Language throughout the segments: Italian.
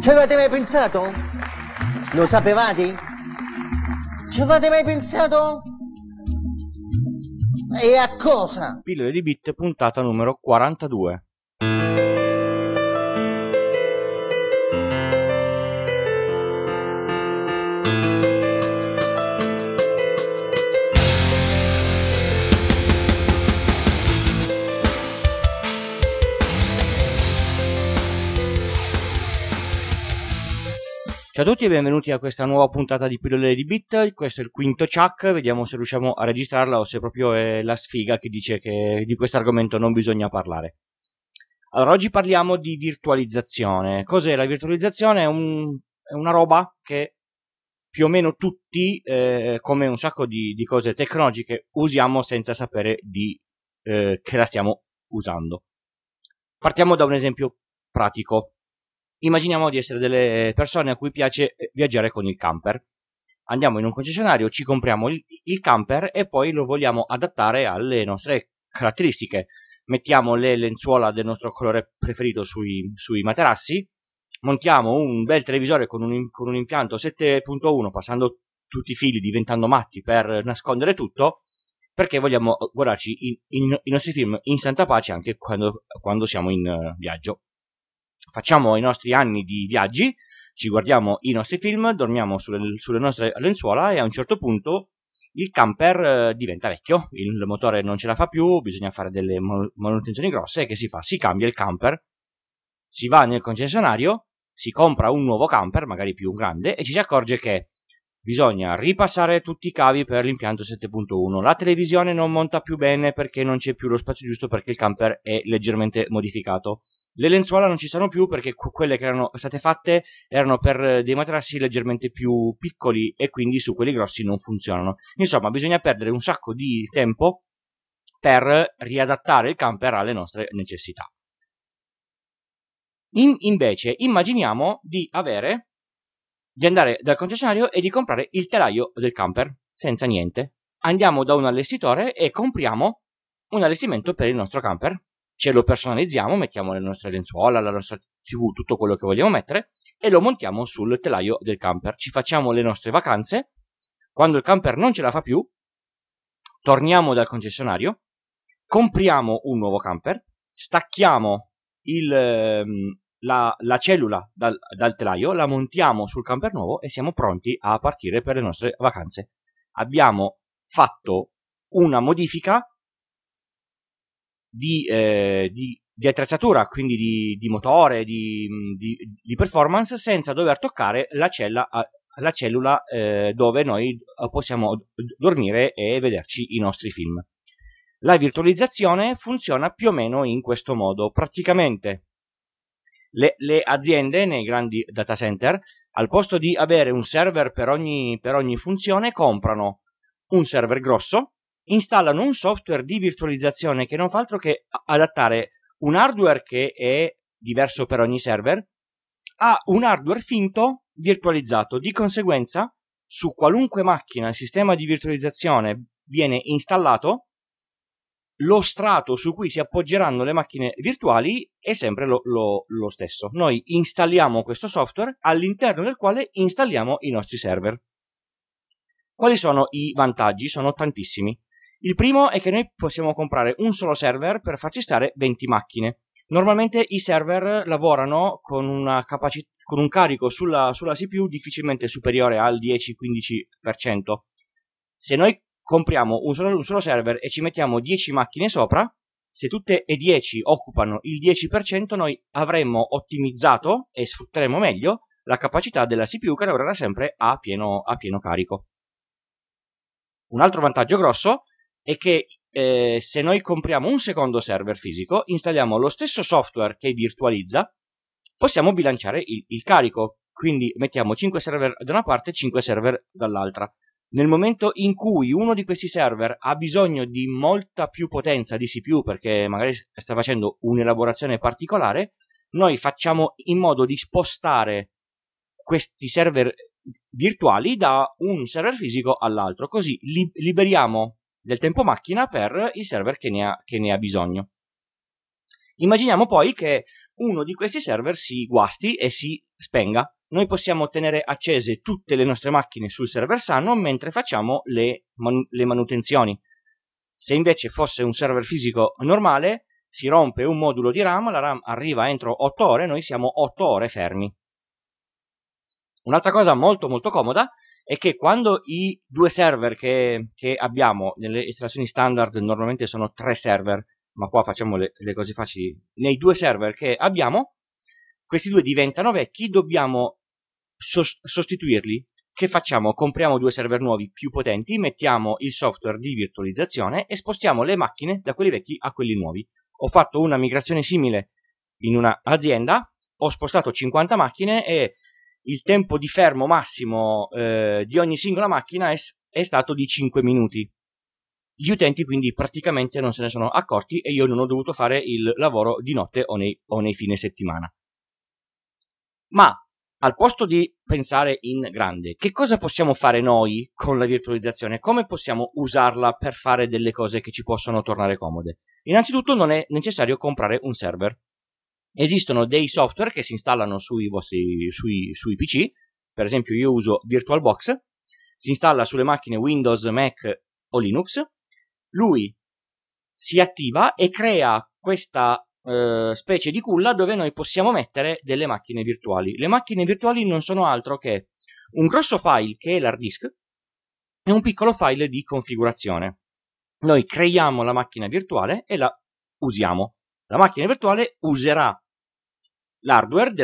Ci avete mai pensato? Lo sapevate? Ci avete mai pensato? E a cosa? Pillole di Bit, puntata numero 42. Ciao a tutti e benvenuti a questa nuova puntata di Pillole di Bit. Questo è il quinto Chuck, vediamo se riusciamo a registrarla o se proprio è la sfiga che dice che di questo argomento non bisogna parlare. Allora, oggi parliamo di virtualizzazione. Cos'è la virtualizzazione? È una roba che più o meno tutti, come un sacco di cose tecnologiche, usiamo senza sapere che la stiamo usando. Partiamo da un esempio pratico. Immaginiamo di essere delle persone a cui piace viaggiare con il camper. Andiamo in un concessionario, ci compriamo il camper e poi lo vogliamo adattare alle nostre caratteristiche. Mettiamo le lenzuola del nostro colore preferito sui materassi, montiamo un bel televisore con un impianto 7.1 passando tutti i fili, diventando matti per nascondere tutto, perché vogliamo guardarci i nostri film in santa pace anche quando siamo in viaggio. Facciamo i nostri anni di viaggi, ci guardiamo i nostri film, dormiamo sulle nostre lenzuola e a un certo punto il camper diventa vecchio, il motore non ce la fa più, bisogna fare delle manutenzioni grosse. E che si fa? Si cambia il camper, si va nel concessionario, si compra un nuovo camper, magari più grande, e ci si accorge che bisogna ripassare tutti i cavi per l'impianto 7.1. La televisione non monta più bene perché non c'è più lo spazio giusto perché il camper è leggermente modificato. Le lenzuola non ci sono più perché quelle che erano state fatte erano per dei materassi leggermente più piccoli e quindi su quelli grossi non funzionano. Insomma, bisogna perdere un sacco di tempo per riadattare il camper alle nostre necessità. Invece, immaginiamo di andare dal concessionario e di comprare il telaio del camper senza niente. Andiamo da un allestitore e compriamo un allestimento per il nostro camper. Ce lo personalizziamo, mettiamo le nostre lenzuola, la nostra TV, tutto quello che vogliamo mettere e lo montiamo sul telaio del camper. Ci facciamo le nostre vacanze. Quando il camper non ce la fa più, torniamo dal concessionario, compriamo un nuovo camper, stacchiamo la cellula dal telaio, la montiamo sul camper nuovo e siamo pronti a partire per le nostre vacanze. Abbiamo fatto una modifica di attrezzatura, quindi di motore, di performance, senza dover toccare la cellula dove noi possiamo dormire e vederci i nostri film. La virtualizzazione funziona più o meno in questo modo. Praticamente le aziende nei grandi data center, al posto di avere un server per ogni funzione, comprano un server grosso, installano un software di virtualizzazione che non fa altro che adattare un hardware che è diverso per ogni server a un hardware finto virtualizzato. Di conseguenza, su qualunque macchina il sistema di virtualizzazione viene installato, lo strato su cui si appoggeranno le macchine virtuali è sempre lo stesso. Noi installiamo questo software all'interno del quale installiamo i nostri server. Quali sono i vantaggi? Sono tantissimi. Il primo è che noi possiamo comprare un solo server per farci stare 20 macchine. Normalmente i server lavorano con un carico sulla CPU difficilmente superiore al 10-15%. Se noi compriamo un solo server e ci mettiamo 10 macchine sopra, se tutte e 10 occupano il 10%, noi avremmo ottimizzato e sfrutteremo meglio la capacità della CPU che lavorerà sempre a pieno carico. Un altro vantaggio grosso è che se noi compriamo un secondo server fisico, installiamo lo stesso software che virtualizza, possiamo bilanciare il carico, quindi mettiamo 5 server da una parte e 5 server dall'altra. Nel momento in cui uno di questi server ha bisogno di molta più potenza di CPU perché magari sta facendo un'elaborazione particolare, noi facciamo in modo di spostare questi server virtuali da un server fisico all'altro, così liberiamo del tempo macchina per il server che ne ha bisogno. Immaginiamo poi che uno di questi server si guasti e si spenga. Noi possiamo tenere accese tutte le nostre macchine sul server sano mentre facciamo le manutenzioni. Se invece fosse un server fisico normale, si rompe un modulo di RAM, la RAM arriva entro 8 ore, noi siamo 8 ore fermi. Un'altra cosa molto molto comoda è che quando i due server che abbiamo nelle installazioni standard, normalmente sono 3 server, ma qua facciamo le cose facili, nei 2 server che abbiamo, questi 2 diventano vecchi, dobbiamo sostituirli. Che facciamo? Compriamo 2 server nuovi più potenti, mettiamo il software di virtualizzazione e spostiamo le macchine da quelli vecchi a quelli nuovi. Ho fatto una migrazione simile in una azienda, ho spostato 50 macchine e il tempo di fermo massimo di ogni singola macchina è stato di 5 minuti. Gli utenti quindi praticamente non se ne sono accorti e io non ho dovuto fare il lavoro di notte o nei fine settimana. Ma al posto di pensare in grande, che cosa possiamo fare noi con la virtualizzazione? Come possiamo usarla per fare delle cose che ci possono tornare comode? Innanzitutto non è necessario comprare un server. Esistono dei software che si installano sui PC, per esempio io uso VirtualBox, si installa sulle macchine Windows, Mac o Linux, lui si attiva e crea questa specie di culla dove noi possiamo mettere delle macchine virtuali. Le macchine virtuali non sono altro che un grosso file che è l'hard disk e un piccolo file di configurazione. Noi creiamo la macchina virtuale e la usiamo. La macchina virtuale userà l'hardware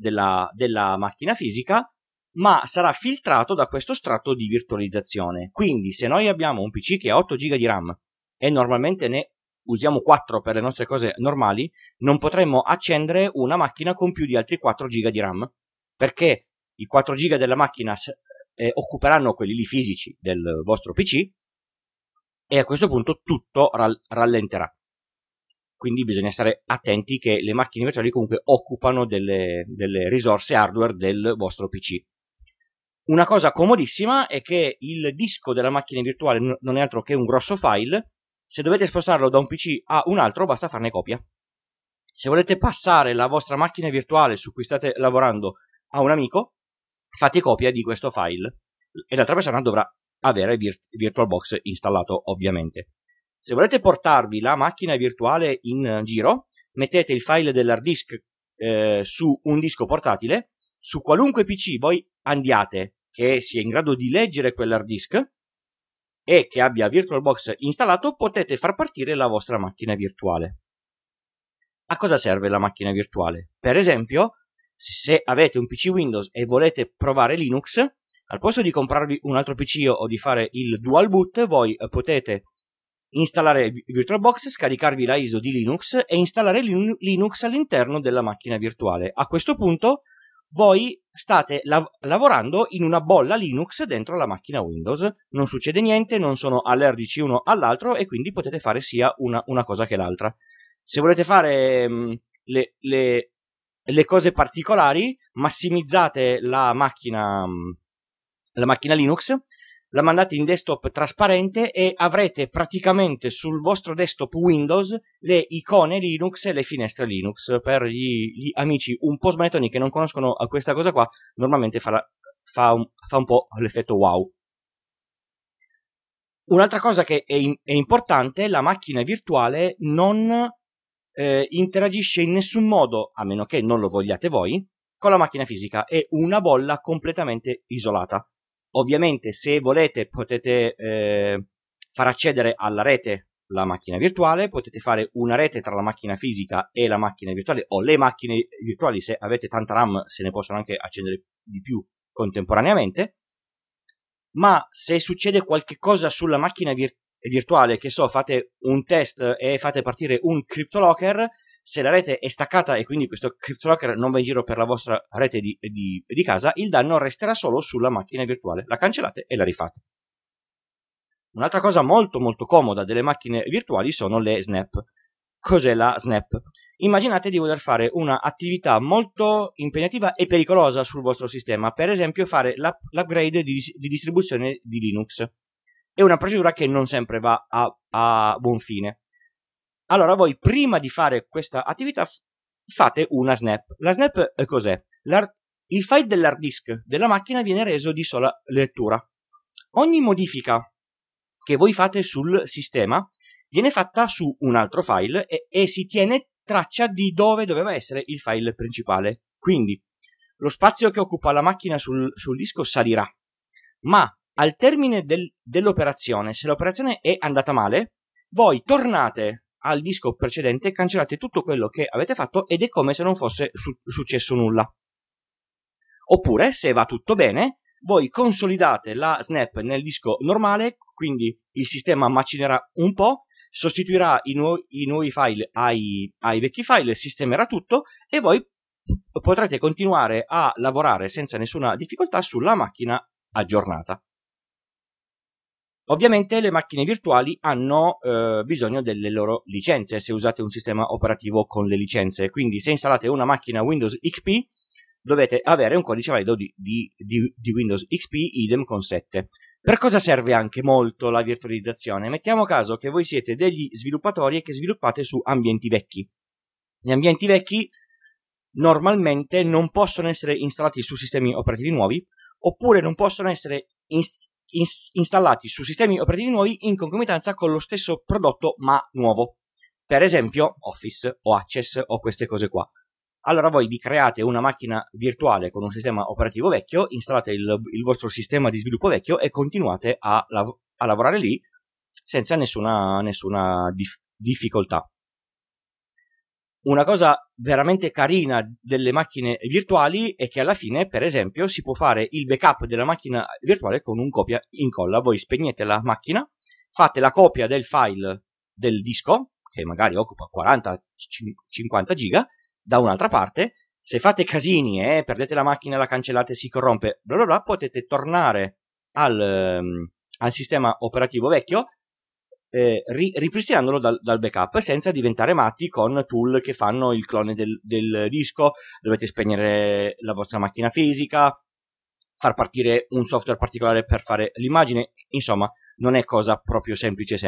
della macchina fisica, ma sarà filtrato da questo strato di virtualizzazione. Quindi se noi abbiamo un PC che ha 8 GB di RAM e normalmente ne usiamo 4 per le nostre cose normali, non potremmo accendere una macchina con più di altri 4 GB di RAM, perché i 4 GB della macchina occuperanno quelli lì fisici del vostro PC e a questo punto tutto rallenterà. Quindi bisogna stare attenti che le macchine virtuali comunque occupano delle risorse hardware del vostro PC. Una cosa comodissima è che il disco della macchina virtuale non è altro che un grosso file. Se dovete spostarlo da un PC a un altro, basta farne copia. Se volete passare la vostra macchina virtuale su cui state lavorando a un amico, fate copia di questo file e l'altra persona dovrà avere VirtualBox installato, ovviamente. Se volete portarvi la macchina virtuale in giro, mettete il file dell'hard disk su un disco portatile, su qualunque PC voi andiate che sia in grado di leggere quell'hard disk e che abbia VirtualBox installato, potete far partire la vostra macchina virtuale. A cosa serve la macchina virtuale? Per esempio, se avete un PC Windows e volete provare Linux, al posto di comprarvi un altro PC o di fare il dual boot, voi potete installare VirtualBox, scaricarvi la ISO di Linux e installare Linux all'interno della macchina virtuale. A questo punto voi state lavorando in una bolla Linux dentro la macchina Windows, non succede niente, non sono allergici uno all'altro e quindi potete fare sia una cosa che l'altra. Se volete fare le cose particolari, massimizzate la macchina Linux, la mandate in desktop trasparente e avrete praticamente sul vostro desktop Windows le icone Linux e le finestre Linux. Per gli amici un po' smanettoni che non conoscono questa cosa qua, normalmente fa un po' l'effetto wow. Un'altra cosa che è importante, la macchina virtuale non interagisce in nessun modo, a meno che non lo vogliate voi, con la macchina fisica. È una bolla completamente isolata. Ovviamente se volete potete far accedere alla rete la macchina virtuale, potete fare una rete tra la macchina fisica e la macchina virtuale, o le macchine virtuali, se avete tanta RAM se ne possono anche accendere di più contemporaneamente. Ma se succede qualche cosa sulla macchina virtuale, che so, fate un test e fate partire un CryptoLocker, se la rete è staccata e quindi questo CryptoLocker non va in giro per la vostra rete di casa, il danno resterà solo sulla macchina virtuale. La cancellate e la rifate. Un'altra cosa molto molto comoda delle macchine virtuali sono le snap. Cos'è la snap? Immaginate di voler fare un'attività molto impegnativa e pericolosa sul vostro sistema, per esempio fare l'upgrade di distribuzione di Linux. È una procedura che non sempre va a buon fine. Allora voi, prima di fare questa attività, fate una snap. La snap cos'è? Il file dell'hard disk della macchina viene reso di sola lettura. Ogni modifica che voi fate sul sistema viene fatta su un altro file e si tiene traccia di dove doveva essere il file principale. Quindi lo spazio che occupa la macchina sul disco salirà, ma al termine dell'operazione, se l'operazione è andata male, voi tornate al disco precedente, cancellate tutto quello che avete fatto ed è come se non fosse successo nulla. Oppure, se va tutto bene, voi consolidate la snap nel disco normale, quindi il sistema macinerà un po', sostituirà i nuovi file ai vecchi file, sistemerà tutto e voi potrete continuare a lavorare senza nessuna difficoltà sulla macchina aggiornata. Ovviamente le macchine virtuali hanno bisogno delle loro licenze se usate un sistema operativo con le licenze, quindi se installate una macchina Windows XP dovete avere un codice valido di Windows XP, idem con 7. Per cosa serve anche molto la virtualizzazione? Mettiamo caso che voi siete degli sviluppatori e che sviluppate su ambienti vecchi. Gli ambienti vecchi normalmente non possono essere installati su sistemi operativi nuovi, oppure non possono essere installati su sistemi operativi nuovi in concomitanza con lo stesso prodotto ma nuovo. Per esempio Office o Access o queste cose qua. Allora voi vi create una macchina virtuale con un sistema operativo vecchio, installate il vostro sistema di sviluppo vecchio e continuate a lavorare lì senza nessuna difficoltà. Una cosa veramente carina delle macchine virtuali è che alla fine, per esempio, si può fare il backup della macchina virtuale con un copia incolla. Voi spegnete la macchina, fate la copia del file del disco, che magari occupa 40-50 giga, da un'altra parte. Se fate casini e perdete la macchina, la cancellate, si corrompe, bla bla bla, potete tornare al sistema operativo vecchio, ripristinandolo dal backup senza diventare matti con tool che fanno il clone del disco. Dovete spegnere la vostra macchina fisica, far partire un software particolare per fare l'immagine, insomma non è cosa proprio semplice.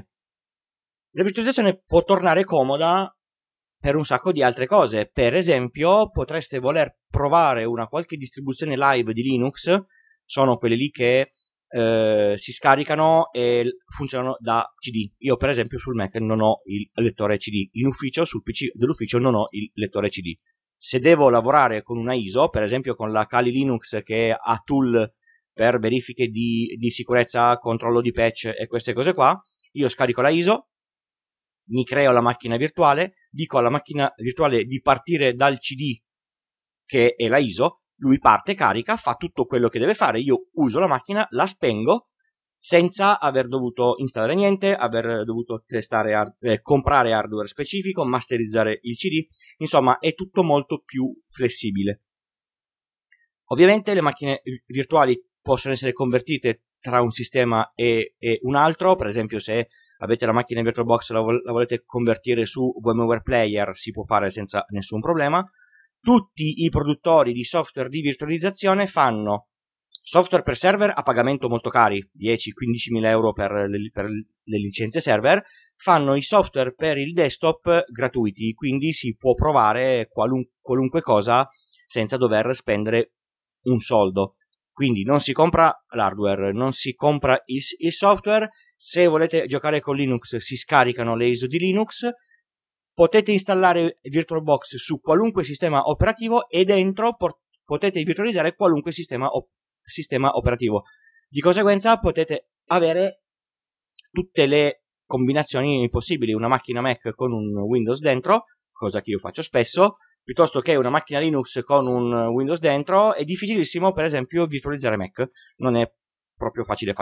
La virtualizzazione può tornare comoda per un sacco di altre cose. Per esempio potreste voler provare una qualche distribuzione live di Linux, sono quelle lì che si scaricano e funzionano da CD. Io per esempio sul Mac non ho il lettore CD, in ufficio sul PC dell'ufficio non ho il lettore CD. Se devo lavorare con una ISO, per esempio con la Kali Linux che ha tool per verifiche di sicurezza, controllo di patch e queste cose qua, io scarico la ISO, mi creo la macchina virtuale, dico alla macchina virtuale di partire dal CD che è la ISO, lui parte, carica, fa tutto quello che deve fare, io uso la macchina, la spengo senza aver dovuto installare niente, aver dovuto testare comprare hardware specifico, masterizzare il CD, insomma è tutto molto più flessibile. Ovviamente le macchine virtuali possono essere convertite tra un sistema e un altro, per esempio se avete la macchina VirtualBox la volete convertire su VMware Player, si può fare senza nessun problema. Tutti i produttori di software di virtualizzazione fanno software per server a pagamento molto cari, 10-15.000 euro per le licenze server, fanno i software per il desktop gratuiti, quindi si può provare qualunque cosa senza dover spendere un soldo. Quindi non si compra l'hardware, non si compra il software. Se volete giocare con Linux si scaricano le ISO di Linux, potete installare VirtualBox su qualunque sistema operativo e dentro potete virtualizzare qualunque sistema operativo. Di conseguenza potete avere tutte le combinazioni possibili, una macchina Mac con un Windows dentro, cosa che io faccio spesso, piuttosto che una macchina Linux con un Windows dentro. È difficilissimo, per esempio, virtualizzare Mac, non è proprio facile.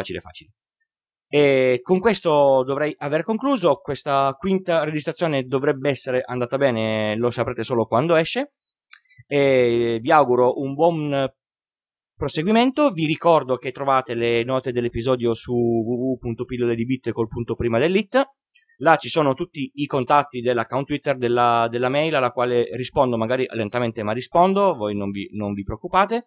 E con questo dovrei aver concluso. Questa quinta registrazione dovrebbe essere andata bene, lo saprete solo quando esce, e vi auguro un buon proseguimento. Vi ricordo che trovate le note dell'episodio su www.pilloledibit col punto prima dell'it. Là ci sono tutti i contatti dell'account Twitter, della mail, alla quale rispondo magari lentamente, ma rispondo, voi non vi preoccupate.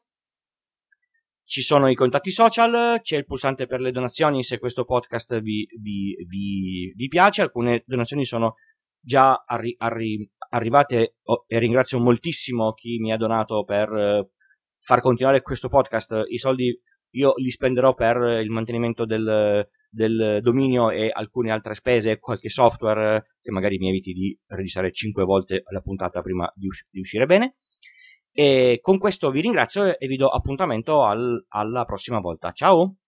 Ci sono i contatti social, c'è il pulsante per le donazioni se questo podcast vi piace. Alcune donazioni sono già arrivate, e ringrazio moltissimo chi mi ha donato per far continuare questo podcast. I soldi io li spenderò per il mantenimento del dominio e alcune altre spese, qualche software che magari mi eviti di registrare 5 volte la puntata prima di uscire bene. E con questo vi ringrazio e vi do appuntamento alla prossima volta. Ciao!